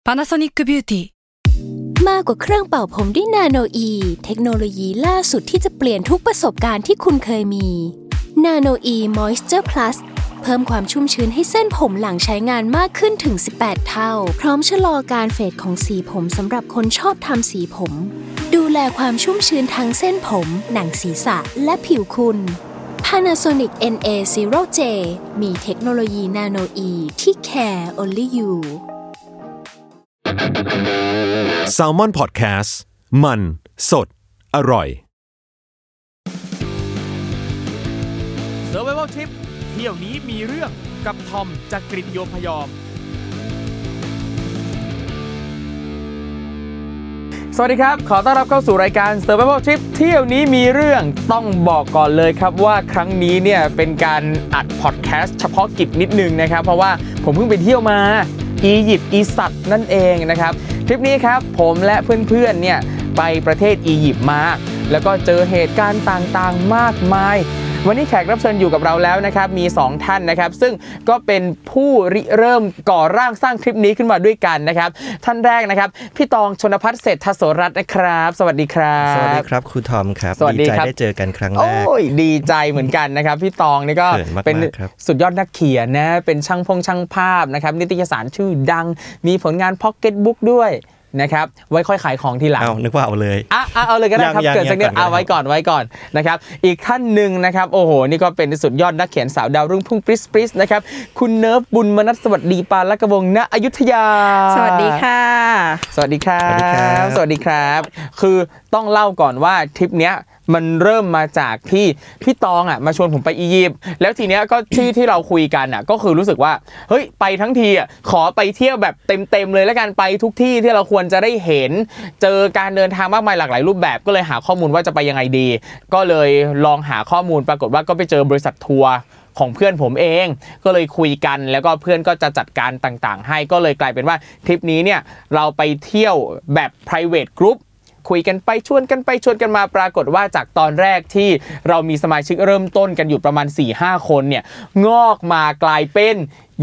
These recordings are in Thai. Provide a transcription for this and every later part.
Panasonic Beauty มากกว่าเครื่องเป่าผมด้วยนาโนอีเทคโนโลยีล่าสุดที่จะเปลี่ยนทุกประสบการณ์ที่คุณเคยมีนาโนอีมอยส์เจอร์พลัสเพิ่มความชุ่มชื้นให้เส้นผมหลังใช้งานมากขึ้นถึง18เท่าพร้อมชะลอการเฟดของสีผมสำหรับคนชอบทำสีผมดูแลความชุ่มชื้นทั้งเส้นผมหนังศีรษะและผิวคุณ Panasonic NA0J มีเทคโนโลยีนาโนอีที่ care only you Salmon Podcast มันสดอร่อย Survival Trip เที่ยวนี้มีเรื่องกับทอมจากกรีฑโยมพยอมสวัสดีครับขอต้อนรับเข้าสู่รายการ Survival Trip เที่ยวนี้มีเรื่องต้องบอกก่อนเลยครับว่าครั้งนี้เนี่ยเป็นการอัดพอดแคสต์เฉพาะกิจนิดนึงนะครับเพราะว่าผมเพิ่งไปเที่ยวมาอียิปต์อีสัตนั่นเองนะครับทริปนี้ครับผมและเพื่อนๆเนี่ยไปประเทศอียิปต์มาแล้วก็เจอเหตุการณ์ต่างๆมากมายวันนี้แขกรับเชิญอยู่กับเราแล้วนะครับมี2ท่านนะครับซึ่งก็เป็นผู้ริเริ่มก่อร่างสร้างคลิปนี้ขึ้นมาด้วยกันนะครับท่านแรกนะครับพี่ตองชนภัทรเศรษฐโสรัตน์นะครับสวัสดีครับสวัสดีครับครูทอมครับดีใจได้เจอกันครั้งแรกโอ้ยดีใจเหมือนกันนะครับพี่ตองนี่ก็เป็นสุดยอดนักเขียนนะเป็นช่างภาพนะครับนิตยสารชื่อดังมีผลงานพ็อกเก็ตบุ๊กด้วยนะครับไว้ค่อยขายของทีหลังนึกว่าเอาเลยเอาเลยก็ได้ครับเกิดสักนิดเอาไว้ก่อนนะครับอีกท่านหนึ่งนะครับโอ้โหนี่ก็เป็นสุดยอดนักเขียนสาวดาวรุ่งพุ่งปริ๊สนะครับคุณเนิร์ฟบุญมนัสสวัสดีปานละกวงณอยุธยาสวัสดีค่ะสวัสดีครับสวัสดีครับคือต้องเล่าก่อนว่าทริปเนี้ยมันเริ่มมาจากที่พี่ตองมาชวนผมไปอียิปต์แล้วทีเนี้ยก็ที่เราคุยกันก็คือรู้สึกว่าเฮ้ยไปทั้งทีขอไปเที่ยวแบบเต็มเลยแล้วกันไปทุกที่ที่เราควรจะได้เห็นเจอการเดินทางมากมายหลากหลายรูปแบบก็เลยหาข้อมูลว่าจะไปยังไงดีก็เลยลองหาข้อมูลปรากฏว่าก็ไปเจอบริษัททัวร์ของเพื่อนผมเองก็เลยคุยกันแล้วก็เพื่อนก็จะจัดการต่างๆให้ก็เลยกลายเป็นว่าทริปนี้เนี่ยเราไปเที่ยวแบบ private groupคุยกันไปชวนกันมาปรากฏว่าจากตอนแรกที่เรามีสมาชิกเริ่มต้นกันอยู่ประมาณ 4-5 คนเนี่ยงอกมากลายเป็น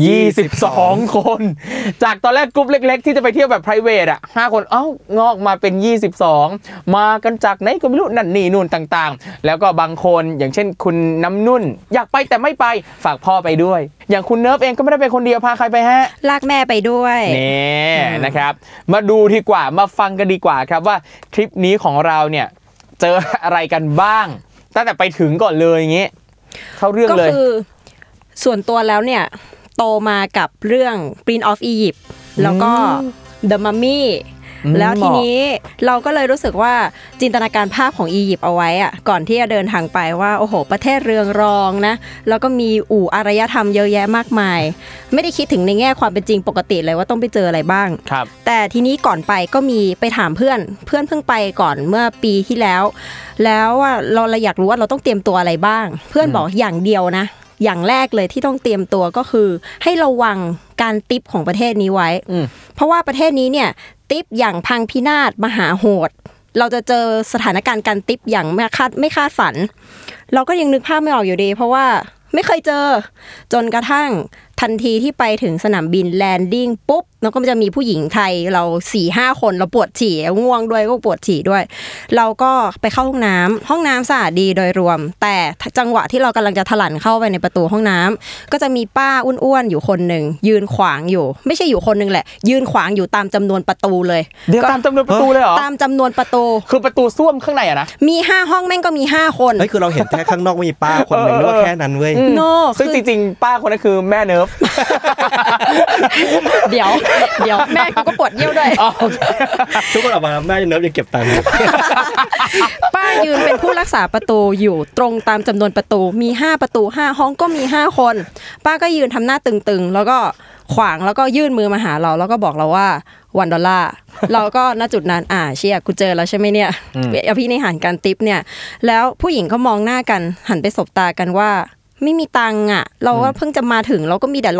22 คนจากตอนแรกกลุ่มเล็กๆที่จะไปเที่ยวแบบ private 5 คนงอกมาเป็น22มากันจากไหนก็ไม่รู้นั่นนี่นู่นต่างๆแล้วก็บางคนอย่างเช่นคุณน้ำนุ่นอยากไปแต่ไม่ไปฝากพ่อไปด้วยอย่างคุณเนิร์ฟเองก็ไม่ได้ไปคนเดียวพาใครไปฮะลากแม่ไปด้วยนี่นะครับมาดูดีกว่ามาฟังกันดีกว่าครับว่าทริปนี้ของเราเนี่ยเจออะไรกันบ้างตั้งแต่ไปถึงก่อนเลยอย่างงี้เข้าเรื่องเลยก็คือส่วนตัวแล้วเนี่ยโตมากับเรื่อง Prince of Egypt แล้วก็ The Mummy แล้วทีนี้เราก็เลยรู้สึกว่าจินตนาการภาพของอียิปต์เอาไว้ก่อนที่จะเดินทางไปว่าโอ้โหประเทศเรืองรองนะแล้วก็มีอารยธรรมเยอะแยะมากมายไม่ได้คิดถึงในแง่ความเป็นจริงปกติเลยว่าต้องไปเจออะไรบ้างแต่ทีนี้ก่อนไปก็มีไปถามเพื่อนเพิ่งไปก่อนเมื่อปีที่แล้วว่าเราอยากรู้ว่าเราต้องเตรียมตัวอะไรบ้างเพื่อนบอกอย่างเดียวนะอย่างแรกเลยที่ต้องเตรียมตัวก็คือให้ระวังการติปของประเทศนี้ไว้เพราะว่าประเทศนี้เนี่ยติปอย่างพังพินาศมหาโหดเราจะเจอสถานการณ์การติปอย่างไม่คาดฝันเราก็ยังนึกภาพไม่ออกอยู่ดีเพราะว่าไม่เคยเจอจนกระทั่งทันทีที่ไปถึงสนามบินแลนดิ้งปุ๊บแล้วก็จะมีผู้หญิงไทยเรา 4-5 คนเราปวดฉี่ง่วงด้วยก็ปวดฉี่ด้วยเราก็ไปเข้าห้องน้ำสะอาดดีโดยรวมแต่จังหวะที่เรากำลังจะถลันเข้าไปในประตูห้องน้ำก็จะมีป้าอ้วนๆอยู่คนหนึ่งยืนขวางอยู่ไม่ใช่อยู่คนนึงแหละยืนขวางอยู่ตามจำนวนประตูเลยเดี๋ยวตามจำนวนประตูเลยเหรอตามจำนวนประตูคือประตูส้วมข้างในนะมี5ห้องแม่งก็มี5คนเฮ้ยคือเราเห็นแค่ข้างนอกมีป้าคนนึงนึกว่าแค่นั้นเว้ยซึ่งจริงๆป้าคนนั้นคือแม่เนิร์ฟเดี๋ยวแม่กูก็ปวดเยี่ยวด้วยทุกคนออกมาแม่เนิร์ฟยังเก็บตังค์ป้ายืนเป็นผู้รักษาประตูอยู่ตรงตามจำนวนประตูมี5ประตู5ห้องก็มี5คนป้าก็ยืนทำหน้าตึงๆแล้วก็ขวางแล้วก็ยื่นมือมาหาเราแล้วก็บอกเราว่า$1เราก็ณจุดนั้นเชี่ยกูเจอแล้วใช่ไหมเนี่ยอภินิหารการติปเนี่ยแล้วผู้หญิงก็มองหน้ากันหันไปสบตากันว่าไม่มีตังค์อ่ะเราก็เพิ่งจะมาถึงเราก็มีแต่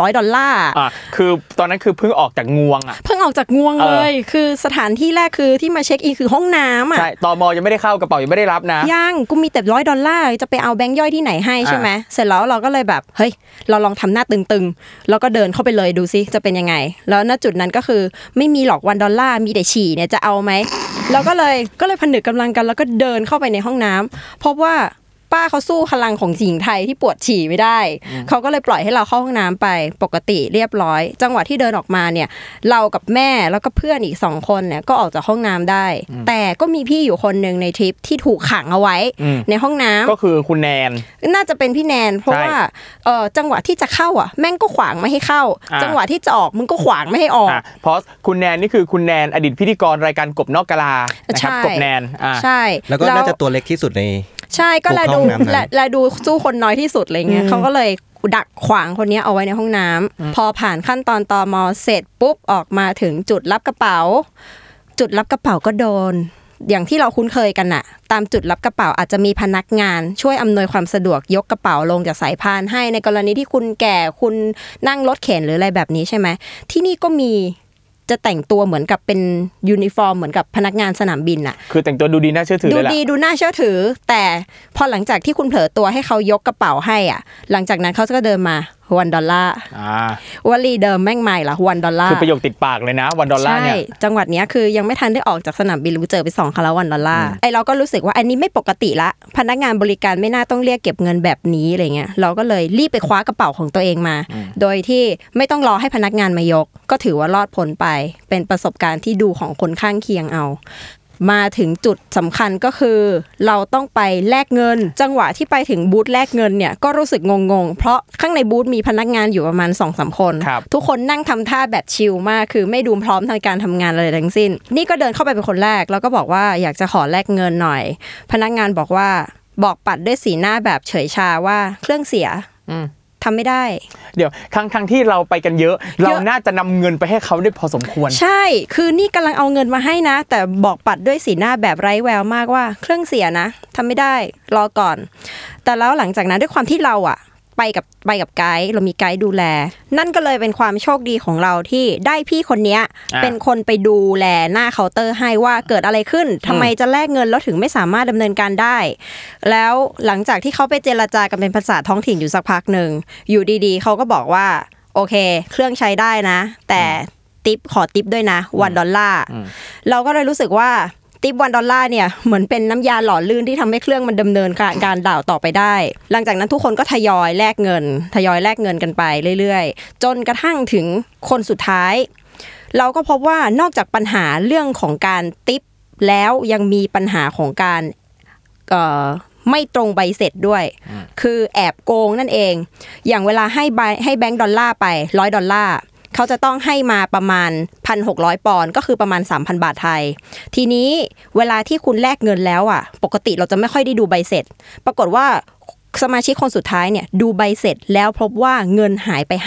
$100 คือตอนนั้นคือเพิ่งออกจากงวงอ่ะเพิ่งออกจากงวงเลยคือสถานที่แรกคือที่มาเช็คอินคือห้องน้ำอ่ะใช่ตม.ยังไม่ได้เข้ากระเป๋ายังไม่ได้รับนะยังกูมีแต่$100จะไปเอาแบงค์ย่อยที่ไหนให้ใช่ไหมเสร็จแล้วเราก็เลยแบบเฮ้ยเราลองทำหน้าตึงๆแล้วก็เดินเข้าไปเลยดูซิจะเป็นยังไงแล้วณจุดนั้นก็คือไม่มีหรอก$1มีแต่ฉี่เนี่ยจะเอาไหมเราก็เลยผนึกกำลังกันแล้วก็เดินเข้าไปในห้องน้ำพบว่าป้าเขาสู้พลังของหญิงไทยที่ปวดฉี่ไม่ได้เขาก็เลยปล่อยให้เราเข้าห้องน้ำไปปกติเรียบร้อยจังหวะที่เดินออกมาเนี่ยเรากับแม่แล้วก็เพื่อนอีก2คนเนี่ยก็ออกจากห้องน้ำได้แต่ก็มีพี่อยู่คนนึงในทริปที่ถูกขังเอาไว้ในห้องน้ำก็คือคุณแนนน่าจะเป็นพี่แนนเพราะว่าจังหวะที่จะเข้าอ่ะแม่งก็ขวางไม่ให้เข้าจังหวะที่จะออกมึงก็ขวางไม่ให้ออกเพราะคุณแนนนี่คือคุณแนนอดีตพิธีกรรายการกบนอกกะลานะครับกบแนนใช่แล้วก็น่าจะตัวเล็กที่สุดในใช่ก็แลดูสู้คนน้อยที่สุดอะไรเงี้ยเขาก็เลยดักขวางคนนี้เอาไว้ในห้องน้ำพอผ่านขั้นตอนตม.เสร็จปุ๊บออกมาถึงจุดรับกระเป๋าจุดรับกระเป๋าก็โดนอย่างที่เราคุ้นเคยกันน่ะตามจุดรับกระเป๋าอาจจะมีพนักงานช่วยอำนวยความสะดวกยกกระเป๋าลงจากสายพานให้ในกรณีที่คุณแก่คุณนั่งรถเข็นหรืออะไรแบบนี้ใช่ไหมที่นี่ก็มีจะแต่งตัวเหมือนกับเป็นยูนิฟอร์มเหมือนกับพนักงานสนามบินน่ะคือแต่งตัวดูดีน่าเชื่อถือเลยล่ะดูดีดูน่าเชื่อถือแต่พอหลังจากที่คุณเผลอตัวให้เขายกกระเป๋าให้อ่ะหลังจากนั้นเขาก็เดินมา$1วลีเดิมแม่งใหม่ละ$1 คือประโยคติดปากเลยนะ$เนี่ยใช่จังหวัดนี้คือยังไม่ทันได้ออกจากสนามบินรู้เจอไป2ครั้งแล้ว$ไอเราก็รู้สึกว่าอันนี้ไม่ปกติละพนักงานบริการไม่น่าต้องเรียกเก็บเงินแบบนี้อะไรเงี้ยเราก็เลยรีบไปคว้ากระเป๋าของตัวเองมาโดยที่ไม่ต้องรอให้พนักงานมายกก็ถือว่ารอดพ้นไปเป็นประสบการณ์ที่ดูของคนข้างเคียงเอามาถึงจุดสำคัญก็คือเราต้องไปแลกเงินจังหวะที่ไปถึงบูธแลกเงินเนี่ยก็รู้สึกงงๆเพราะข้างในบูธมีพนักงานอยู่ประมาณ 2-3 คนทุกคนนั่งทำท่าแบบชิลมากคือไม่ดูพร้อมในการทำงานอะไรทั้งสิ้นนี่ก็เดินเข้าไปเป็นคนแรกแล้วก็บอกว่าอยากจะขอแลกเงินหน่อยพนักงานบอกปัดด้วยสีหน้าแบบเฉยชาว่าเครื่องเสียทำไม่ได้เดี๋ยวทั้งที่เราไปกันเยอะเราน่าจะนำเงินไปให้เขาได้พอสมควรใช่คือนี่กำลังเอาเงินมาให้นะแต่บอกปัดด้วยสีหน้าแบบไร้แววมากว่าเครื่องเสียนะทำไม่ได้รอก่อนแต่แล้วหลังจากนั้นด้วยความที่เราอะไปกับไกด์เรามีไกด์ดูแลนั่นก็เลยเป็นความโชคดีของเราที่ได้พี่คนนี้เป็นคนไปดูแลหน้าเคาน์เตอร์ให้ว่าเกิดอะไรขึ้นทำไมจะแลกเงินแล้วถึงไม่สามารถดำเนินการได้แล้วหลังจากที่เขาไปเจรจากันเป็นภาษาท้องถิ่นอยู่สักพักนึงอยู่ดีๆเขาก็บอกว่าโอเคเครื่องใช้ได้นะแต่ขอทิปด้วยนะ$1เราก็เลยรู้สึกว่าทิป$เนี่ยเหมือนเป็นน้ำยาหล่อลื่นที่ทำให้เครื่องมันดำเนินการด่าวต่อไปได้หลังจากนั้นทุกคนก็ทยอยแลกเงินกันไปเรื่อยๆจนกระทั่งถึงคนสุดท้ายเราก็พบว่านอกจากปัญหาเรื่องของการทิปแล้วยังมีปัญหาของการไม่ตรงใบเสร็จด้วยคือแอบโกงนั่นเองอย่างเวลาให้แบงค์$ไป$100เขาจะต้องให้มาประมาณ 1,600 ปอนด์ก็คือประมาณ 3,000 บาทไทยทีนี้เวลาที่คุณแลกเงินแล้วอ่ะปกติเราจะไม่ค่อยได้ดูใบเสร็จปรากฏว่าสมาชิกคนสุดท้ายเนี่ยดูใบเสร็จแล้วพบว่าเงินหายไป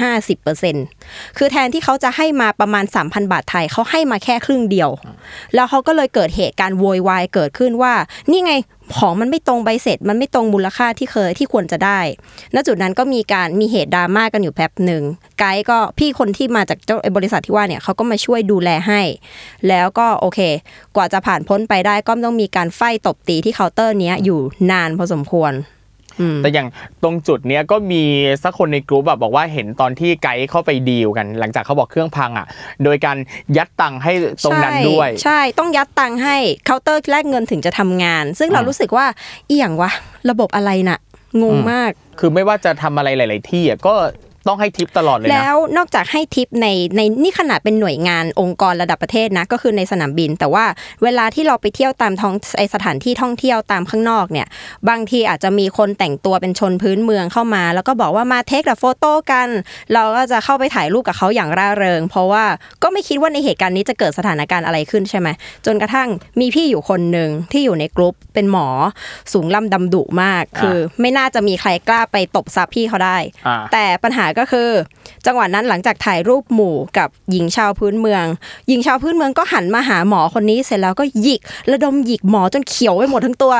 50% คือแทนที่เขาจะให้มาประมาณ 3,000 บาทไทยเขาให้มาแค่ครึ่งเดียวแล้วเขาก็เลยเกิดเหตุการณ์โวยวายเกิดขึ้นว่านี่ไงของมันไม่ตรงใบเสร็จมันไม่ตรงมูลค่าที่ควรจะได้ณจุดนั้นก็มีเหตุดราม่ากันอยู่แป๊บนึงไกด์ก็พี่คนที่มาจากเจ้าบริษัทที่ว่าเนี่ยเขาก็มาช่วยดูแลให้แล้วก็โอเคกว่าจะผ่านพ้นไปได้ก็ต้องมีการไฟตบตีที่เคาน์เตอร์นี้อยู่นานพอสมควรแต่อย่างตรงจุดเนี้ยก็มีสักคนในกลุ่มแบบบอกว่าเห็นตอนที่ไกด์เข้าไปดีลกันหลังจากเขาบอกเครื่องพังอ่ะโดยการยัดตังค์ให้ตรงนั้นด้วยใช่ต้องยัดตังค์ให้เคาน์เตอร์แลกเงินถึงจะทำงานซึ่งเรารู้สึกว่าอีหยังวะระบบอะไรน่ะงงมากคือไม่ว่าจะทำอะไรหลายๆที่อ่ะก็ต้องให้ทิปตลอดเลยนะแล้วนอกจากให้ทิปในนี่ขนาดเป็นหน่วยงานองค์กรระดับประเทศนะก็คือในสนามบินแต่ว่าเวลาที่เราไปเที่ยวตามสถานที่ท่องเที่ยวตามข้างนอกเนี่ยบางทีอาจจะมีคนแต่งตัวเป็นชนพื้นเมืองเข้ามาแล้วก็บอกว่ามาเทคโฟโต้กันเราก็จะเข้าไปถ่ายรูปกับเขาอย่างร่าเริงเพราะว่าก็ไม่คิดว่าในเหตุการณ์นี้จะเกิดสถานการณ์อะไรขึ้นใช่ไหมจนกระทั่งมีพี่อยู่คนนึงที่อยู่ในกลุ่มเป็นหมอสูงล่ำดำดุมากคือไม่น่าจะมีใครกล้าไปตบซับพี่เขาได้แต่ปัญหาก็คือจังหวะนั้นหลังจากถ่ายรูปหมู่กับหญิงชาวพื้นเมืองก็หันมาหาหมอคนนี้เสร็จแล้วก็ระดมหยิกหมอจนเขียวไปหมดทั้งตัว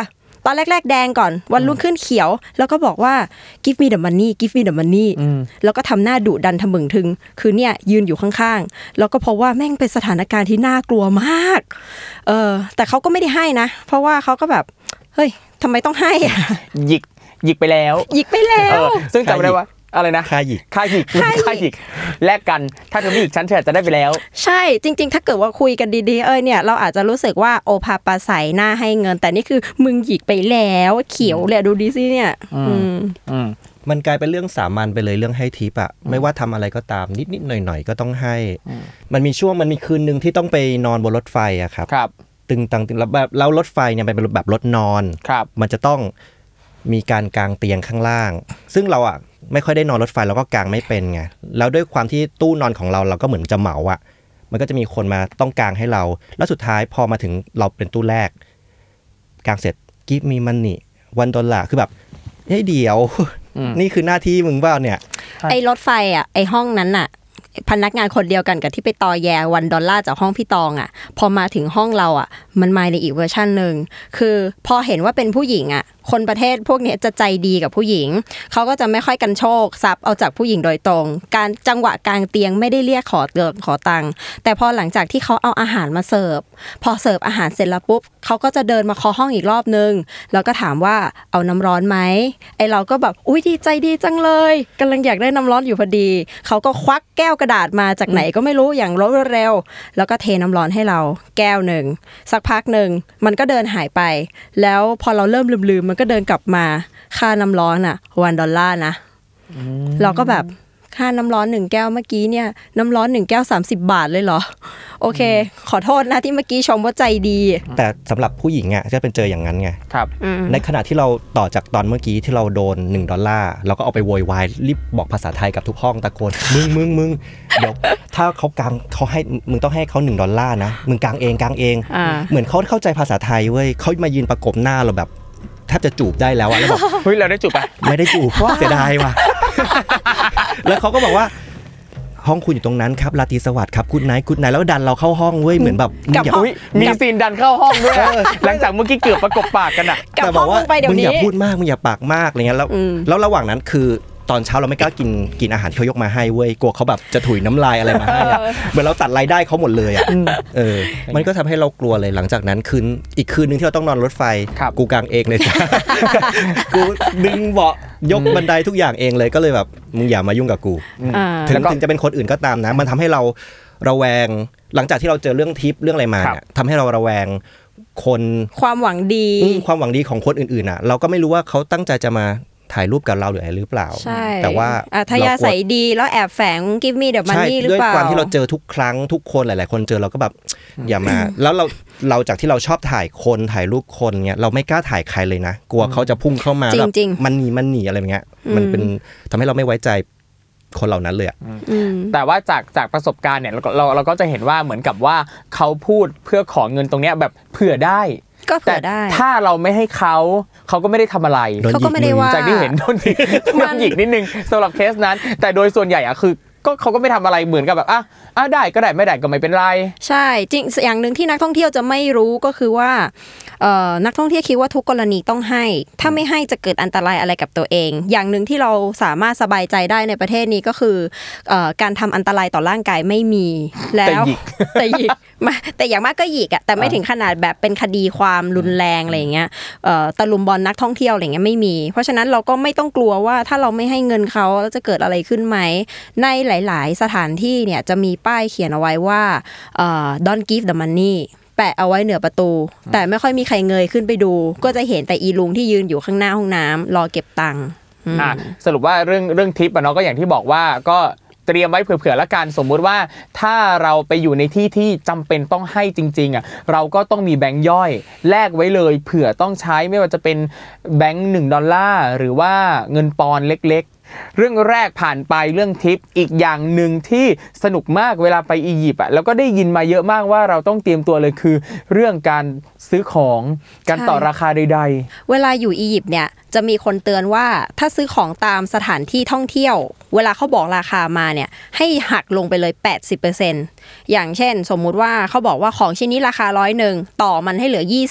ตอนแรกๆแดงก่อนวันรุ่งขึ้นเขียวแล้วก็บอกว่า give me the money give me the money แล้วก็ทำหน้าดุดันทะมึงทึงคือเนี่ยยืนอยู่ข้างๆแล้วก็เพราะว่าแม่งเป็นสถานการณ์ที่น่ากลัวมากแต่เขาก็ไม่ได้ให้นะเพราะว่าเขาก็แบบเฮ้ยทำไมต้องให้หยิกไปแล้วซึ่งจำได้ว่าอะไรนะค่าหยิกแลกกันถ้าเธอไม่หยิกฉันจะได้ไปแล้วใช่จริงๆถ้าเกิดว่าคุยกันดีๆเนี่ยเราอาจจะรู้สึกว่าโอภาปาใสหน้าให้เงินแต่นี่คือมึงหยิกไปแล้วเขียวเลยดูดิสิเนี่ยมันกลายเป็นเรื่องสามัญไปเลยเรื่องให้ทิปอะไม่ว่าทำอะไรก็ตามนิดๆหน่อยๆก็ต้องให้มันมีคืนนึงที่ต้องไปนอนบนรถไฟอะครับตึงแล้วรถไฟเนี่ยเป็นแบบรถนอนมันจะต้องมีการกางเตียงข้างล่างซึ่งเราอะไม่ค่อยได้นอนรถไฟเราก็กางไม่เป็นไงแล้วด้วยความที่ตู้นอนของเราก็เหมือนจะเหมาอะมันก็จะมีคนมาต้องกางให้เราแล้วสุดท้ายพอมาถึงเราเป็นตู้แรกกางเสร็จ give me money $1คือแบบเฮ้ยเดี๋ยวนี่คือหน้าที่มึงเปล่าเนี่ยไอ้รถไฟอ่ะไอ้ห้องนั้นน่ะพนักงานคนเดียวกันกับที่ไปตอแย$1จากห้องพี่ตองอ่ะพอมาถึงห้องเราอ่ะมันมาในอีกเวอร์ชันนึงคือพอเห็นว่าเป็นผู้หญิงอ่ะคนประเทศพวกนี้จะใจดีกับผู้หญิงเขาก็จะไม่ค่อยกันโชคซับเอาจากผู้หญิงโดยตรงการจังหวะกลางเตียงไม่ได้เรียกขอตังค์แต่พอหลังจากที่เขาเอาอาหารมาเสิร์ฟพอเสิร์ฟอาหารเสร็จแล้วปุ๊บเขาก็จะเดินมาเคาะห้องอีกรอบนึงแล้วก็ถามว่าเอาน้ำร้อนไหมไอเราก็แบบอุ๊ยดีใจดีจังเลยกำลังอยากได้น้ำร้อนอยู่พอดีเขาก็ควักแก้วกระดาษมาจากไหนก็ไม่รู้อย่างรวดเร็วแล้วก็เทน้ำร้อนให้เราแก้วนึงสักพักนึงมันก็เดินหายไปแล้วพอเราเริ่มลืมมันก็เดินกลับมาค่าน้ำร้อนอ่ะ$1นะเราก็แบบค่าน้ำร้อน1แก้วเมื่อกี้เนี่ยน้ำร้อน1แก้ว30 บาทเลยเหรอโอเคขอโทษนะที่เมื่อกี้ชมว่าใจดีแต่สำหรับผู้หญิงอ่ะจะเป็นเจออย่างนั้นไงครับในขณะที่เราต่อจากตอนเมื่อกี้ที่เราโดน$1เราก็เอาไปโวยวายรีบบอกภาษาไทยกับทุกห้องตะโกนมึงเดี๋ยวถ้าเขาให้มึงต้องให้เขา$1นะมึงกางเองเหมือนเขาเข้าใจภาษาไทยเว้ยเขามายืนประกบหน้าเราแบบแทบจะจูบได้แล้วอะแล้วบอกเฮ้ยเราได้จูบป่ะไม่ได้จูบเสียดายว่ะแล้วเขาก็บอกว่าห้องคุณอยู่ตรงนั้นครับราตรีสวัสดิ์ครับกู๊ดไนท์แล้วดันเราเข้าห้องเว้ยเหมือนแบบมีซีนดันเข้าห้องด้วยหลังจากเมื่อกี้เกือบประกบปากกันอะแต่บอกว่ามึงอย่าพูดมากมึงอย่าปากมากอะไรเงี้ยแล้วระหว่างนั้นคือตอนเช้าเราไม่กล้ากินอาหารที่เขายกมาให้เว้ยกลัวเขาแบบจะถุยน้ำลายอะไรมาให้อะเหมือนเราตัดรายได้เขาหมดเลยอะมันก็ทำให้เรากลัวเลยหลังจากนั้นอีกคืนนึงที่เราต้องนอนรถไฟกูกางเองเลยจ้ะกูดึงเบาะยกบันไดทุกอย่างเองเลยก็เลยแบบมึงอย่ามายุ่งกับกูถึงจะเป็นคนอื่นก็ตามนะมันทำให้เราระแวงหลังจากที่เราเจอเรื่องทิปเรื่องอะไรมาเนี่ยทำให้เราระแวงคนความหวังดีของคนอื่นๆอ่ะเราก็ไม่รู้ว่าเขาตั้งใจจะมาถ่ายรูปกับเราหรืออะไรหรือเปล่าแต่ว่าถ้ายาใส่ดีแล้วแอบแฝง give me the money หรือเปล่าด้วยความที่เราเจอทุกครั้งทุกคนหลายๆคนเจอเราก็แบบอย่ามาแล้วเราจากที่เราชอบถ่ายรูปคนเงี้ยเราไม่กล้าถ่ายใครเลยนะกลัวเขาจะพุ่งเข้ามาแล้วมันหนีอะไรเงี้ยมันเป็นทำให้เราไม่ไว้ใจคนเหล่านั้นเลยอ่ะแต่ว่าจากประสบการณ์เนี่ยเราก็จะเห็นว่าเหมือนกับว่าเขาพูดเพื่อขอเงินตรงเนี้ยแบบเผื่อได้แต่ถ้าเราไม่ให้เขาก็ไม่ได้ทำอะไรเขาก็ไม่ได้ว่าจากที่เห็นโดนหยิกนิดนึงสำหรับเคสนั้นแต่โดยส่วนใหญ่อะคือก็เขาก็ไม่ทำอะไรเหมือนกับแบบได้ก็ได้ไม่ได้ก็ไม่เป็นไรใช่จริงอย่างนึงที่นักท่องเที่ยวจะไม่รู้ก็คือว่านักท่องเที่ยวคิดว่าทุกกรณีต้องให้ถ้าไม่ให้จะเกิดอันตรายอะไรกับตัวเองอย่างนึงที่เราสามารถสบายใจได้ในประเทศนี้ก็คือการทำอันตรายต่อร่างกายไม่มีแล้วแต่หยิกแต่อย่างมากก็หยิกอะแต่ไม่ถึงขนาดแบบเป็นคดีความรุนแรงอะไรอย่างเงี้ยตะลุมบอลนักท่องเที่ยวอะไรเงี้ยไม่มีเพราะฉะนั้นเราก็ไม่ต้องกลัวว่าถ้าเราไม่ให้เงินเขาแล้วจะเกิดอะไรขึ้นไหมในหลายๆสถานที่เนี่ยจะมีป้ายเขียนเอาไว้ว่าdon't give the money แปะเอาไว้เหนือประตูแต่ไม่ค่อยมีใครเงยขึ้นไปดูก็จะเห็นแต่อีลุงที่ยืนอยู่ข้างหน้าห้องน้ำรอเก็บตังค์สรุปว่าเรื่องทิปเนาะก็อย่างที่บอกว่าก็เตรียมไว้เผื่อๆละกันสมมุติว่าถ้าเราไปอยู่ในที่จำเป็นต้องให้จริงๆเราก็ต้องมีแบงค์ย่อยแลกไว้เลยเผื่อต้องใช้ไม่ว่าจะเป็นแบงค์$1หรือว่าเงินปอนด์เล็กๆเรื่องแรกผ่านไปเรื่องทิปอีกอย่างนึงที่สนุกมากเวลาไปอียิปต์แล้วก็ได้ยินมาเยอะมากว่าเราต้องเตรียมตัวเลยคือเรื่องการซื้อของการต่อราคาใดๆเวลาอยู่อียิปต์เนี่ยจะมีคนเตือนว่าถ้าซื้อของตามสถานที่ท่องเที่ยวเวลาเขาบอกราคามาเนี่ยให้หักลงไปเลย 80% อย่างเช่นสมมุติว่าเขาบอกว่าของชิ้นนี้ราคา100ต่อมันให้เหลือ20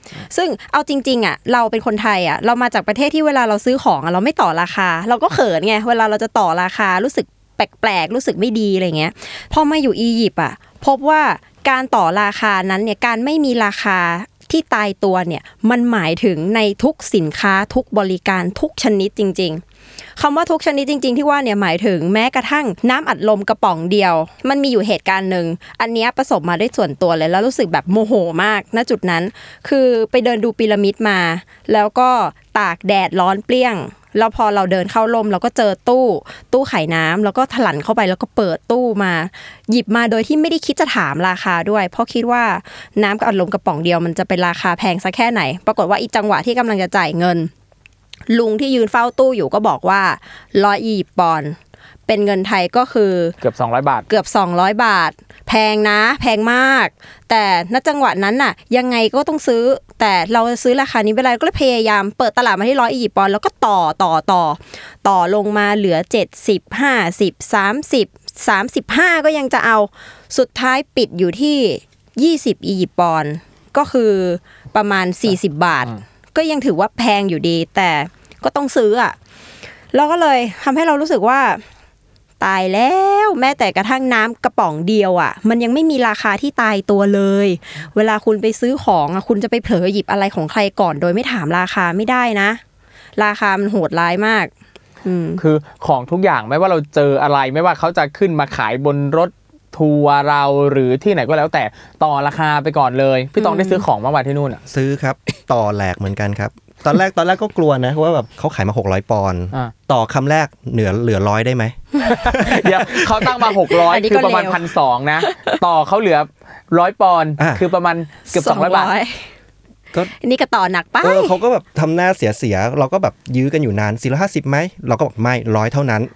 ซึ่งเอาจริงๆอ่ะเราเป็นคนไทยอ่ะเรามาจากประเทศที่เวลาเราซื้อของเราไม่ต่อราคาเราก็เขินไงเวลาเราจะต่อราคารู้สึกแปลกๆรู้สึกไม่ดีอะไรเงี้ยพอมาอยู่อียิปต์อ่ะพบว่าการต่อราคานั้นเนี่ยการไม่มีราคาที่ตายตัวเนี่ยมันหมายถึงในทุกสินค้าทุกบริการทุกชนิดจริงๆคำว่าทุกชนิดจริงๆที่ว่าเนี่ยหมายถึงแม้กระทั่งน้ำอัดลมกระป๋องเดียวมันมีอยู่เหตุการณ์นึงอันนี้ประสบมาได้ส่วนตัวเลยแล้วรู้สึกแบบโมโหมากณจุดนั้นคือไปเดินดูพีระมิดมาแล้วก็ตากแดดร้อนเปรี้ยงแล้วพอเราเดินเข้าร่มเราก็เจอตู้ขายน้ำแล้วก็ถลันเข้าไปแล้วก็เปิดตู้มาหยิบมาโดยที่ไม่ได้คิดจะถามราคาด้วยเพราะคิดว่าน้ำกับอัดลมกระป๋องเดียวมันจะเป็นราคาแพงสักแค่ไหนปรากฏว่าอีจังหวะที่กำลังจะจ่ายเงินลุงที่ยืนเฝ้าตู้อยู่ก็บอกว่า120 ปอนด์เป็นเงินไทยก็คือเกือบ200 บาทเกือบ200 บาทแพงนะแพงมากแต่ณจังหวะนั้นน่ะยังไงก็ต้องซื้อแต่เราซื้อราคานี้ไปเลยก็เลยพยายามเปิดตลาดมาที่120 ปอนด์แล้วก็ต่อลงมาเหลือ70 50 30 35ก็ยังจะเอาสุดท้ายปิดอยู่ที่20อียิปต์ปอนด์ก็คือประมาณ40 บาทก็ยังถือว่าแพงอยู่ดีแต่ก็ต้องซื้ออ่ะแล้วก็เลยทำให้เรารู้สึกว่าตายแล้วแม้แต่กระทั่งน้ำกระป๋องเดียวอ่ะมันยังไม่มีราคาที่ตายตัวเลยเวลาคุณไปซื้อของอ่ะคุณจะไปเผลอหยิบอะไรของใครก่อนโดยไม่ถามราคาไม่ได้นะราคามันโหดร้ายมากคือของทุกอย่างไม่ว่าเราเจออะไรไม่ว่าเขาจะขึ้นมาขายบนรถทัวร์เราหรือที่ไหนก็แล้วแต่ต่อราคาไปก่อนเลยพี่ตองได้ซื้อของมาที่นู่นอ่ะซื้อครับต่อแหลกเหมือนกันครับตอนแรกก็กลัวนะว่าแบบเขาขายมา600 ปอนด์ต่อคำแรกเหลือ100ได้ไหมเดี๋ยวเขาตั้งมา600คือประมาณ 1,200 นะต่อเขาเหลือ100 ปอนด์คือประมาณเกือบ200 บาทก็นี่ก็ต่อหนักไปเขาก็แบบทำหน้าเสียเราก็แบบยื้อกันอยู่นาน450ไหมเราก็บอกไม่100เท่านั้น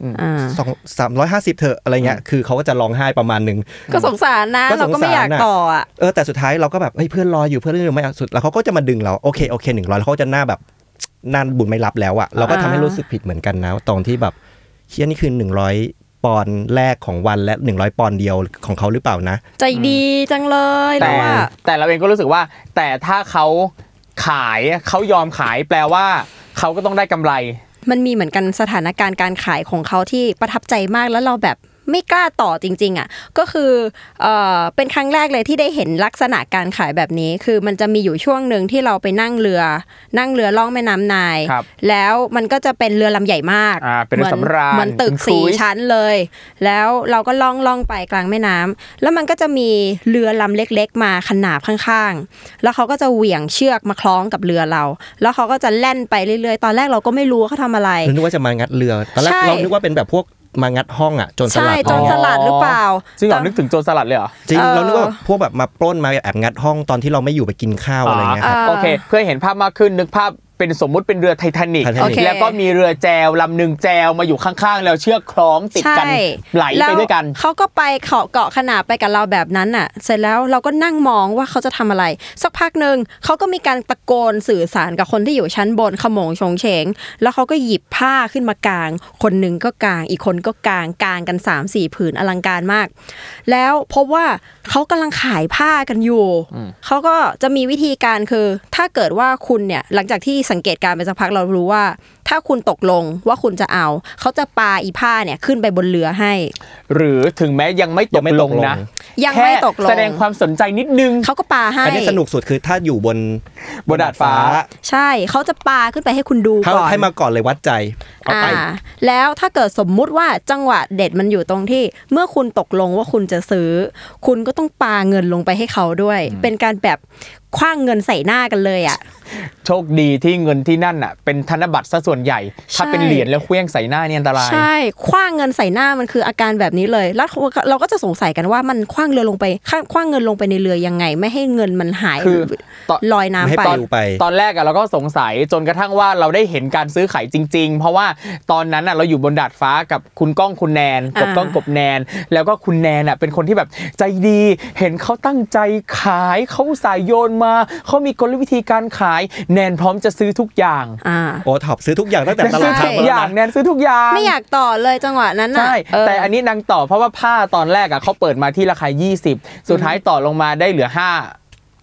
350เถอะอะไรเงี้ยคือเขาก็จะร้องไห้ประมาณนึงก็สงสารนะเราก็ไม่อยากต่ออ่ะแต่สุดท้ายเราก็แบบเฮ้ยเพื่อนรออยู่เพื่อนไม่สุดแล้วเขาก็จะมาดึงเราโอเค100แล้วเขาจะหน้าแบบหน้าบุญไม่รับแล้วอ่ะเราก็ทำให้รู้สึกผิดเหมือนกันนะตอนที่แบบเชี่ยนี่คือ100 ปอนด์แรกของวันและ100 ปอนด์เดียวของเขาหรือเปล่านะใจดีจังเลยแต่เราเองก็รู้สึกว่าแต่ถ้าเขาขายเขายอมขายแปลว่าเขาก็ต้องได้กำไรมันมีเหมือนกันสถานการณ์การขายของเขาที่ประทับใจมากแล้วเราแบบไม่กล้าต่อจริงๆอ่ะก็คือเป็นครั้งแรกเลยที่ได้เห็นลักษณะการขายแบบนี้คือมันจะมีอยู่ช่วงนึงที่เราไปนั่งเรือล่องแม่น้ำนายแล้วมันก็จะเป็นเรือลำใหญ่มากเป็นสำราญเหมือนตึก4 ชั้นเลยแล้วเราก็ล่องไปกลางแม่น้ำแล้วมันก็จะมีเรือลำเล็กๆมาขนาบข้างๆแล้วเขาก็จะเหวี่ยงเชือกมาคล้องกับเรือเราแล้วเขาก็จะแล่นไปเรื่อยๆตอนแรกเราก็ไม่รู้ว่าเขาทำอะไรนึกว่าจะมางัดเรือตอนแรกเรานึกว่าเป็นแบบพวกมางัดห้องอ่ะโจรสลัดใช่โจรสลัดหรือเปล่าจริงเหรอนึกถึงโจรสลัดเลยเหรอจริงเรานึกว่าพวกแบบมาปล้นมาแอบงัดห้องตอนที่เราไม่อยู่ไปกินข้าวอะไรเงี้ยครับโอเคเพื่อเห็นภาพมากขึ้นนึกภาพเป็นสมมุติเป็นเรือไททานิคแล้วก็มีเรือแจวลำนึงแจวมาอยู่ข้างๆแล้วเชือกคล้องติดกันไหลไปด้วยกันเขาก็ไปเกาะขนาบไปกับเราแบบนั้นน่ะเสร็จแล้วเราก็นั่งมองว่าเขาจะทำอะไรสักพักนึงเขาก็มีการตะโกนสื่อสารกับคนที่อยู่ชั้นบนขโมงชงเฉงแล้วเขาก็หยิบผ้าขึ้นมากางคนนึงก็กางอีกคนก็กางกัน 3-4 ผืนอลังการมากแล้วพบว่าเขากำลังขายผ้ากันอยู่เขาก็จะมีวิธีการคือถ้าเกิดว่าคุณเนี่ยหลังจากที่สังเกตการไปสักพักเรารู้ว่าถ้าคุณตกลงว่าคุณจะเอาเขาจะปาอีผ้าเนี่ยขึ้นไปบนเรือให้หรือถึงแม้ยังไม่ตกลงนะยังไม่ตกลงแสดงความสนใจนิดนึงเขาก็ปาให้อันนี้สนุกสุดคือถ้าอยู่บนดาดฟ้าใช่เขาจะปาขึ้นไปให้คุณดูก่อนให้มาก่อนเลยวัดใจเอาไปแล้วถ้าเกิดสมมุติว่าจังหวะเด็ดมันอยู่ตรงที่เมื่อคุณตกลงว่าคุณจะซื้อคุณก็ต้องปาเงินลงไปให้เขาด้วยเป็นการแบบคว้างเงินใส่หน้ากันเลยอ่ะโชคดีที่เงินที่นั่นอ่ะเป็นธนบัตรซะส่วนใหญ่ถ้าเป็นเหรียญแล้วเคลื่องใส่หน้านี่อันตรายใช่คว้างเงินใส่หน้ามันคืออาการแบบนี้เลยแล้วเราก็จะสงสัยกันว่ามันคว้างเรือลงไปคว้างเงินลงไปในเรือยังไงไม่ให้เงินมันหายลอยน้ำไปตอนแรกอ่ะเราก็สงสัยจนกระทั่งว่าเราได้เห็นการซื้อขายจริงๆเพราะว่าตอนนั้นอ่ะเราอยู่บนดาดฟ้ากับคุณก้องคุณแนนกับก้องกบแนนแล้วก็คุณแนนอ่ะเป็นคนที่แบบใจดีเห็นเขาตั้งใจขายเขาสายโยนมาเขามีกลวิธีการขายแนนพร้อมจะซื้อทุกอย่างโอ้ท็อปซื้อทุกอย่างตั้งแต่ตลาดทุกอย่างแนนซื้อทุกอย่างไม่อยากต่อเลยจังหวะนั้นน่ะใช่แต่อันนี้นางต่อเพราะว่าผ้าตอนแรกอ่ะเขาเปิดมาที่ราคา20สุดท้ายต่อลงมาได้เหลือ5